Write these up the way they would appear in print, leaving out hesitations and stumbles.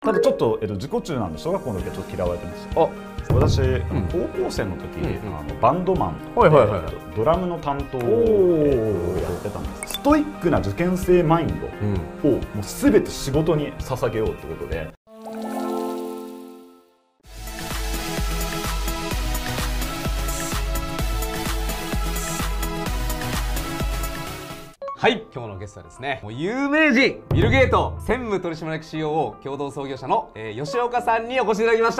ただちょっと、自己中なんで小学校の時はちょっと嫌われてました。私、高校生の時、バンドマンでドラムの担当をやってたんです。ストイックな受験生マインドをもう全て仕事に捧げようってことで。 はい、今日のゲストはですね、もう有名人ビル・ゲート専務取締役 COO 共同創業者の、吉岡さんにお越しいただきました。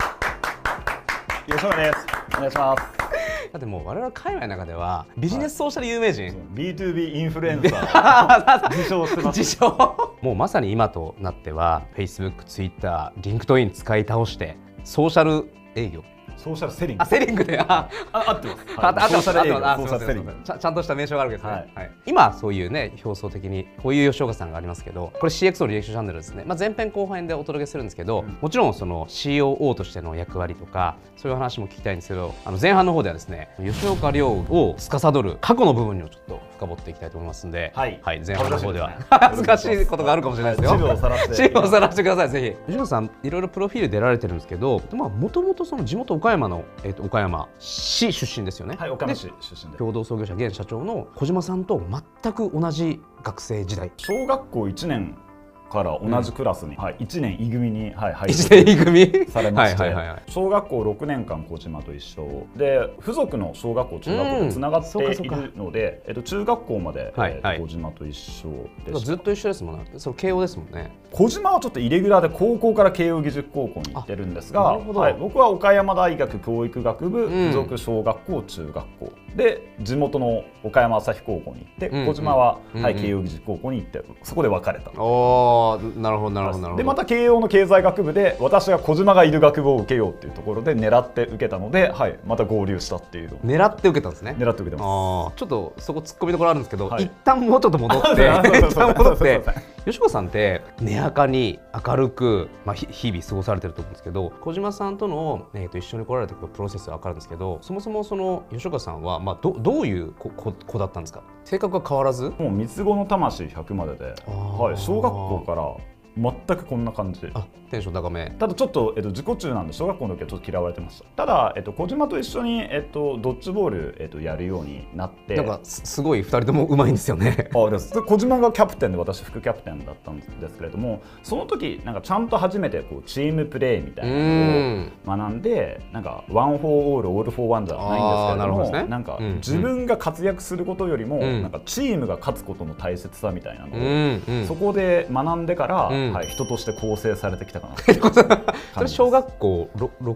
吉岡です。お願いします。 だってもう我々海外の中ではビジネスソーシャル有名人、 B2B インフルエンサー自称してます。 自称もうまさに今となっては Facebook、Twitter、LinkedIn 使い倒してソーシャル営業、 ソーシャルセリング。 セリングで、 合ってます。ソーシャル営業、ソーシャルセリング。 ちゃんとした名称があるわけですね。はい。今そういうね、表層的にこういう吉岡さんがありますけど、これ CX の履歴書チャンネルですね。前編後編でお届けするんですけど、もちろんその COO としての役割とかそういう話も聞きたいんですけど、前半の方ではですね、吉岡亮を司る過去の部分にをちょっと深掘っていきたいと思いますんで、はい、前半の方では恥ずかしいことがあるかもしれないですよ。 支部を晒してください、ぜひ。吉岡さんいろいろプロフィール出られてるんですけど、もともとその地元岡山の岡山市出身ですよね。 はい、岡山市出身で。 共同創業者現社長の小島さんと全く同じ学生時代。 小学校1年から同じクラスに、1年 E 組に、入ってされまして、小学校6年間小島と一緒で、付属の小学校中学校とつながっているので、中学校まで小島と一緒でした。 ずっと一緒ですもんね。それ慶応ですもんね。 小島はちょっとイレギュラーで高校から慶応義塾高校に行ってるんですが、僕は岡山大学教育学部附属小学校中学校で、地元の岡山朝日高校に行って、小島は慶応義塾高校に行って、そこで別れた。 なるほど。 でまた慶応の経済学部で、私が小島がいる学部を受けようっていうところで狙って受けたので、また合流したっていう。 狙って受けたんですね。 狙って受けてます。 ちょっとそこ突っ込みどころあるんですけど、一旦もうちょっと戻って吉岡さんって根明に明るく、日々過ごされてると思うんですけど、小島さんとの、一緒に来られていくプロセスが分かるんですけど、そもそもその吉岡さんは、どういう子だったんですか？性格は変わらず？ もう三つ子の魂100までで、小学校から全くこんな感じ。 テンション高め。 ただちょっと、自己中なんで小学校の時はちょっと嫌われてました。ただ、小島と一緒に、ドッジボール、やるようになって、 なんかすごい2人ともうまいんですよね。 小島がキャプテンで私副キャプテンだったんですけれども、その時なんかちゃんと初めてこうチームプレーみたいなのを学んで、なんかワンフォーオールオールフォーワンじゃないんですけれども、なんか自分が活躍することよりも、なんかチームが勝つことの大切さみたいなのを、そこで学んでから、人として構成されてきたかな。 それ小学校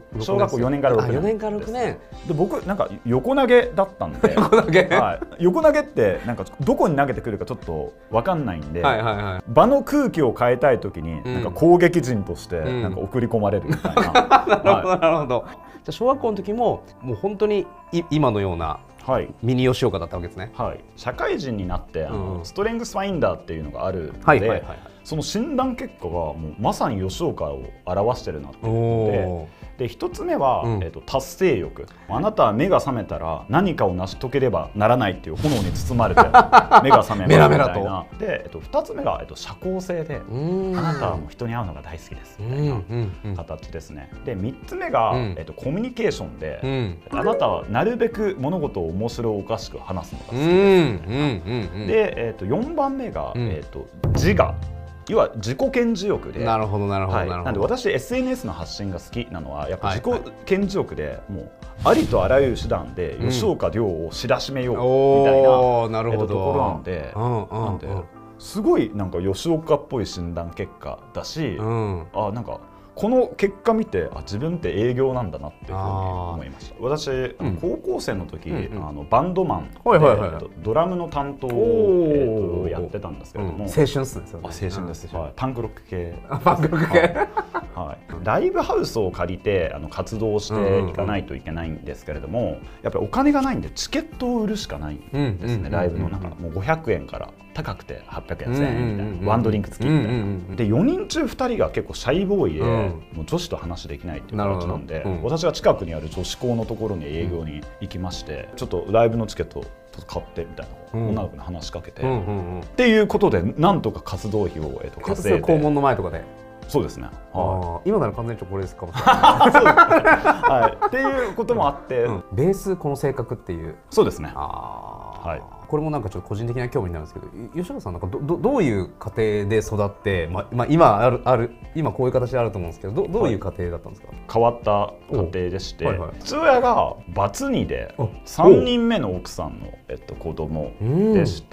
4年から6年。 4年から6年で、僕なんか横投げだったんで、横投げってなんかどこに投げてくるかちょっと分かんないんで、場の空気を変えたい時になんか攻撃陣としてなんか送り込まれるみたいな。 なるほど。じゃあ小学校の時ももう本当に今のようなミニ吉岡だったわけですね。 社会人になってストレングスファインダーっていうのがあるので、その診断結果がもうまさに吉岡を表してるなっていうことで、1つ目は、達成欲。あなたは目が覚めたら何かを成し遂げればならないっていう炎に包まれて目が覚めますみたいな。で、2つ目が、社交性で、あなたはもう人に会うのが大好きですみたいな形ですね。で、3つ目が、コミュニケーションで、あなたはなるべく物事を面白おかしく話すのが好きです。で、4番目が、自我。要は自己顕示欲で、 なるほど。 なんで私 SNS の発信が好きなのはやっぱ自己顕示欲で、もうありとあらゆる手段で吉岡亮を知らしめようみたいなところなんで、すごいなんか吉岡っぽい診断結果だし、なんかこの結果見て、自分って営業なんだなっていうふうに思いました。私、高校生の時、バンドマンでドラムの担当をやってたんですけれども、 青春っすね。 青春です。パンクロック系。ライブハウスを借りて活動していかないといけないんですけれども、やっぱりお金がないんでチケットを売るしかないんですね。ライブの中もう500円から高くて800円1000円みたいな、ワンドリンク付きみたいな。で、4人中2人が結構シャイボーイで、もう女子と話できないっていう形なんで、私が近くにある女子校のところに営業に行きまして、ちょっとライブのチケット買ってみたいな、女の子に話しかけてっていうことで、なんとか活動費を稼いで。 校門の前とかでそうですね。 今なら完全にチョコレートかもしれない。はい。っていうこともあって、 ベースこの性格っていう。 そうですね。 はい。これもなんかちょっと個人的な興味になるんですけど、吉岡さんなんかどういう家庭で育って、今こういう形であると思うんですけど、どういう家庭だったんですか？ 変わった家庭でして、父親がバツ2で3人目の奥さんの子供でして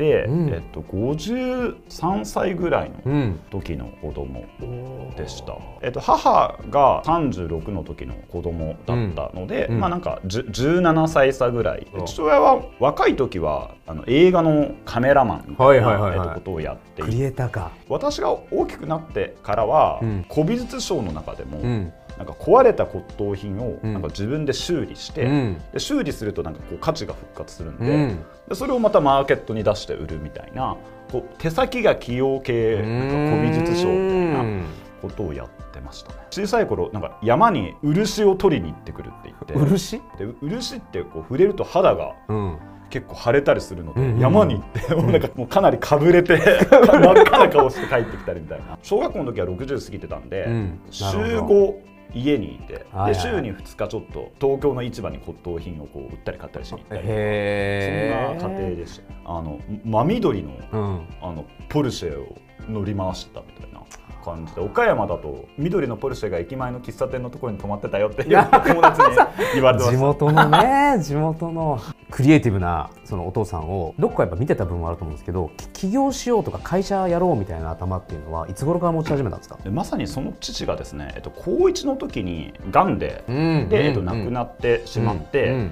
、53歳ぐらいの時の子供でした。母が36の時の子供だったので、まあなんか17歳差ぐらい。父親は若い時は映画のカメラマンみたいなことをやっていて、 クリエイターか。 私が大きくなってからは、古美術商の中でも、なんか壊れた骨董品をなんか自分で修理して、で修理するとなんかこう価値が復活するんで、でそれをまたマーケットに出して売るみたいな、こう手先が器用系なんか古美術商みたいなことをやってましたね。小さい頃なんか山に漆を取りに行ってくるって言って、 漆ってこう触れると肌が、結構腫れたりするので、山に行ってなんかもうかなりかぶれて真っ赤な顔して帰ってきたりみたいな。小学校の時は60過ぎてたんで、週5家にいて、で週に2日ちょっと東京の市場に骨董品をこう売ったり買ったりしに行ったり、そんな家庭でした。真緑のポルシェを乗り回したみたいな感じで、岡山だと緑のポルシェが駅前の喫茶店のところに泊まってたよって友達に言われてました。 地元のね、地元のクリエイティブなそのお父さんをどこかやっぱ見てた部分もあると思うんですけど、起業しようとか会社やろうみたいな頭っていうのはいつ頃から持ち始めたんですか？ まさにその父がですね、高1の時にがんで亡くなってしまって、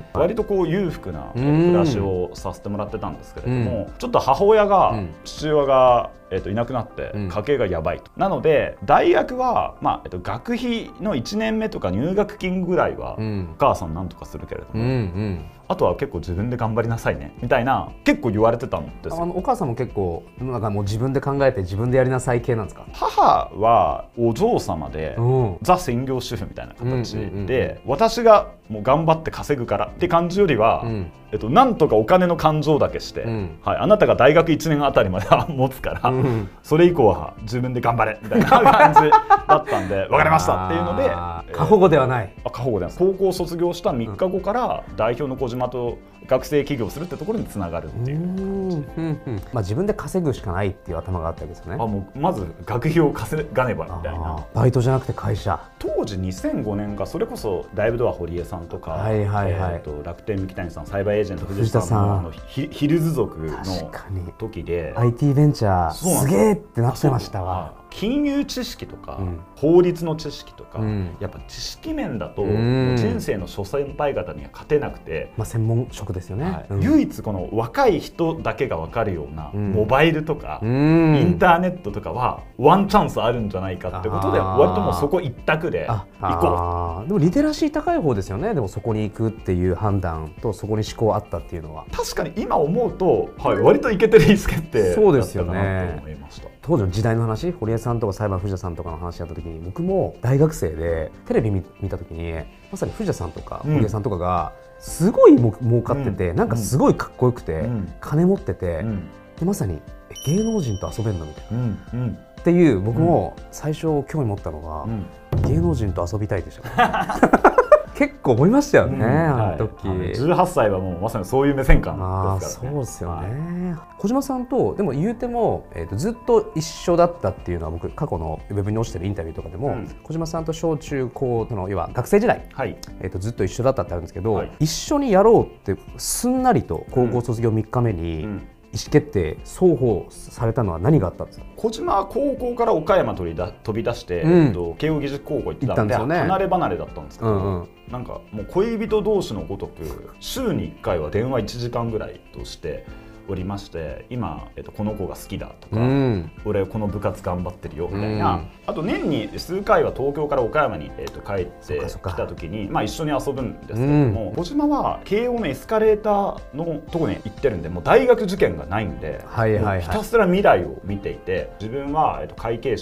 割とこう裕福な暮らしをさせてもらってたんですけれども、ちょっと母親が父親がいなくなって家計がやばいと。なので大学は、学費の1年目とか入学金ぐらいはお母さんなんとかするけれども、あとは結構自分で頑張りなさいねみたいな結構言われてたんですよ。 お母さんも結構なんかもう自分で考えて自分でやりなさい系なんですか？ 母はお嬢様でザ専業主婦みたいな形で、私がもう頑張って稼ぐからって感じよりは、なんとかお金の勘定だけして、あなたが大学1年あたりまでは持つから、それ以降は自分で頑張れみたいな感じだったんで、分かりましたっていうので、 過保護ではない。 過保護ではない。高校卒業した3日後から代表の小島と学生起業するってところにつながるっていう感じ。 自分で稼ぐしかないっていう頭があったわけですよね。 もうまず学費を稼がねばみたいな。 バイトじゃなくて会社。 当時2005年か、それこそダイブドア堀江さんとか、楽天三木谷さん、サイバーエージェント藤田さんのヒルズ族の時で IT ベンチャーすげえってなってましたわ。 金融知識とか、法律の知識とか、やっぱ知識面だと人生の諸先輩方には勝てなくて、 専門職ですよね。 唯一この若い人だけが分かるようなモバイルとかインターネットとかはワンチャンスあるんじゃないかってことで、割ともうそこ一択で行こう。でもリテラシー高い方ですよね。でもそこに行くっていう判断とそこに思考あったっていうのは確かに今思うと、割とイケてる意思決定だったなと思いました。 当時の時代の話、堀江さんとかサイバー藤田さんとかの話やった時に、僕も大学生でテレビ見た時にまさに藤田さんとか堀江さんとかがすごい儲かってて、なんかすごいかっこよくて、金持ってて、でまさに芸能人と遊べるのみたいな、っていう僕も最初興味持ったのが、芸能人と遊びたいでした結構思いましたよね、あの時。 18歳はもうまさにそういう目線感ですからね。 そうですよね。小島さんとでも言うても、ずっと一緒だったっていうのは僕過去のウェブに落ちてるインタビューとかでも、小島さんと小中高の要は学生時代、ずっと一緒だったってあるんですけど、一緒にやろうってすんなりと高校卒業3日目に、意思決定双方されたのは何があったんですか？ 小島は高校から岡山飛び出して、慶応義塾高校行ってたんで離れ離れだったんですけど、なんかもう恋人同士のごとく週に1回は電話1時間ぐらいとしておりまして、今、この子が好きだとか、俺この部活頑張ってるよみたいな、あと年に数回は東京から岡山に、帰ってきた時に、一緒に遊ぶんですけれども、小島は慶応のエスカレーターのところに行ってるんで、もう大学受験がないんで、ひたすら未来を見ていて、自分は会計士になって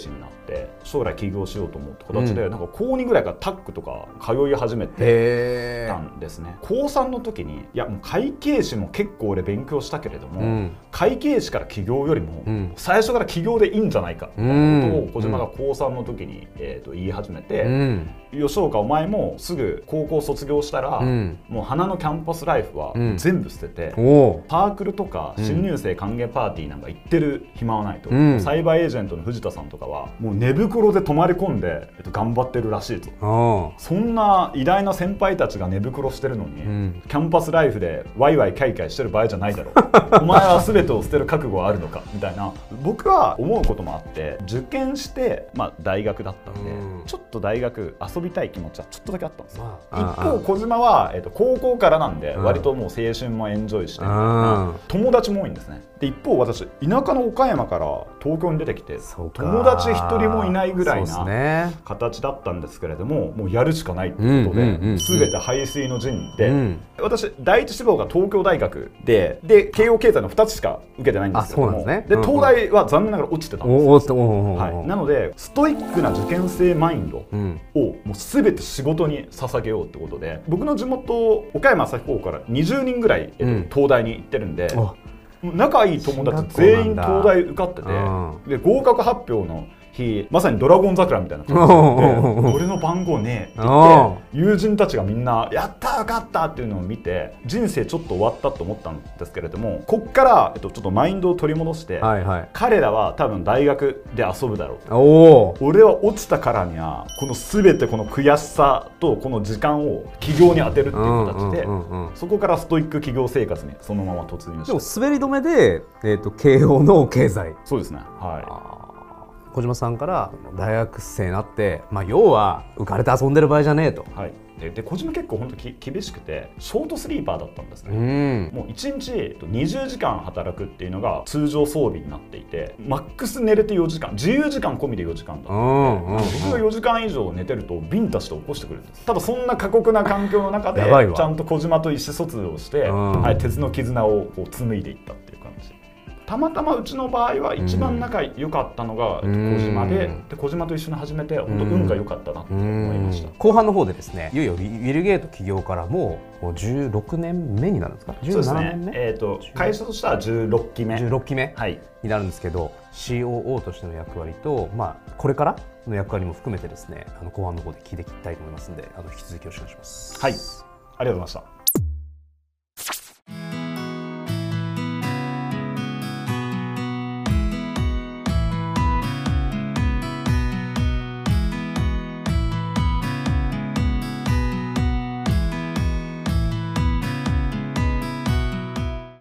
って将来起業しようと思うって形で、なんか高2ぐらいからタッグとか通い始めてたんですね。高3の時に、いやもう会計士も結構俺勉強したけれども、会計士から起業よりも最初から起業でいいんじゃないかみたいなことを小島が高3の時に言い始めて、吉岡お前もすぐ高校卒業したら、もう花のキャンパスライフは全部捨てて、サークルとか新入生歓迎パーティーなんか行ってる暇はないと、サイバーエージェントの藤田さんとかはもう寝袋で泊まり込んで、頑張ってるらしいと。そんな偉大な先輩たちが寝袋してるのに、キャンパスライフでワイワイキャイキャイしてる場合じゃないだろうお前は全てを捨てる覚悟はあるのかみたいな、僕は思うこともあって、受験して、大学だったんで、ちょっと大学遊びたい気持ちはちょっとだけあったんですよ。一方小島は、高校からなんで割ともう青春もエンジョイしてみたいな友達も多いんですね。で一方私田舎の岡山から東京に出てきて友達一人もいないぐらいな形だったんですけれども、もうやるしかないっていうことで全て背水の陣で、私第一志望が東京大学で慶応経済の2つしか受けてないんですけども、で東大は残念ながら落ちてたんですよ。なのでストイックな受験生マインドをもう全て仕事に捧げようってことで、僕の地元岡山朝日高校から20人ぐらい東大に行ってるんで、仲いい友達全員東大受かってて、で合格発表の日まさにドラゴン桜みたいな感じで俺の番号ねえって言って友人たちがみんなやった受かったっていうのを見て、人生ちょっと終わったと思ったんですけれども、こっから、ちょっとマインドを取り戻して、彼らは多分大学で遊ぶだろうと、俺は落ちたからにはこの全てこの悔しさとこの時間を起業に当てるっていう形で、そこからストイック起業生活にそのまま突入して。 でも滑り止めで、慶応の経済。 そうですね。はい。 小島さんから大学生になって、要は浮かれて遊んでる場合じゃねえと。 はい。で小島結構本当に厳しくてショートスリーパーだったんですね。もう1日20時間働くっていうのが通常装備になっていて、マックス寝れて4時間、自由時間込みで4時間だったので、僕が4時間以上寝てるとビンタして起こしてくるんです。ただそんな過酷な環境の中でちゃんと小島と意思疎通をして、鉄の絆をこう紡いでいったっていう感じ。たまたまうちの場合は一番仲良かったのが小島で、小島と一緒に始めて本当運が良かったなと思いました。 後半の方でですね、いよいよウィル・ゲート起業からもう16年目になるんですか？17年目？ 会社としては16期目になるんですけど、COO としての役割と、これからの役割も含めてですね、後半の方で聞いていきたいと思いますので、引き続きよろしくお願いします。 はい、ありがとうございました。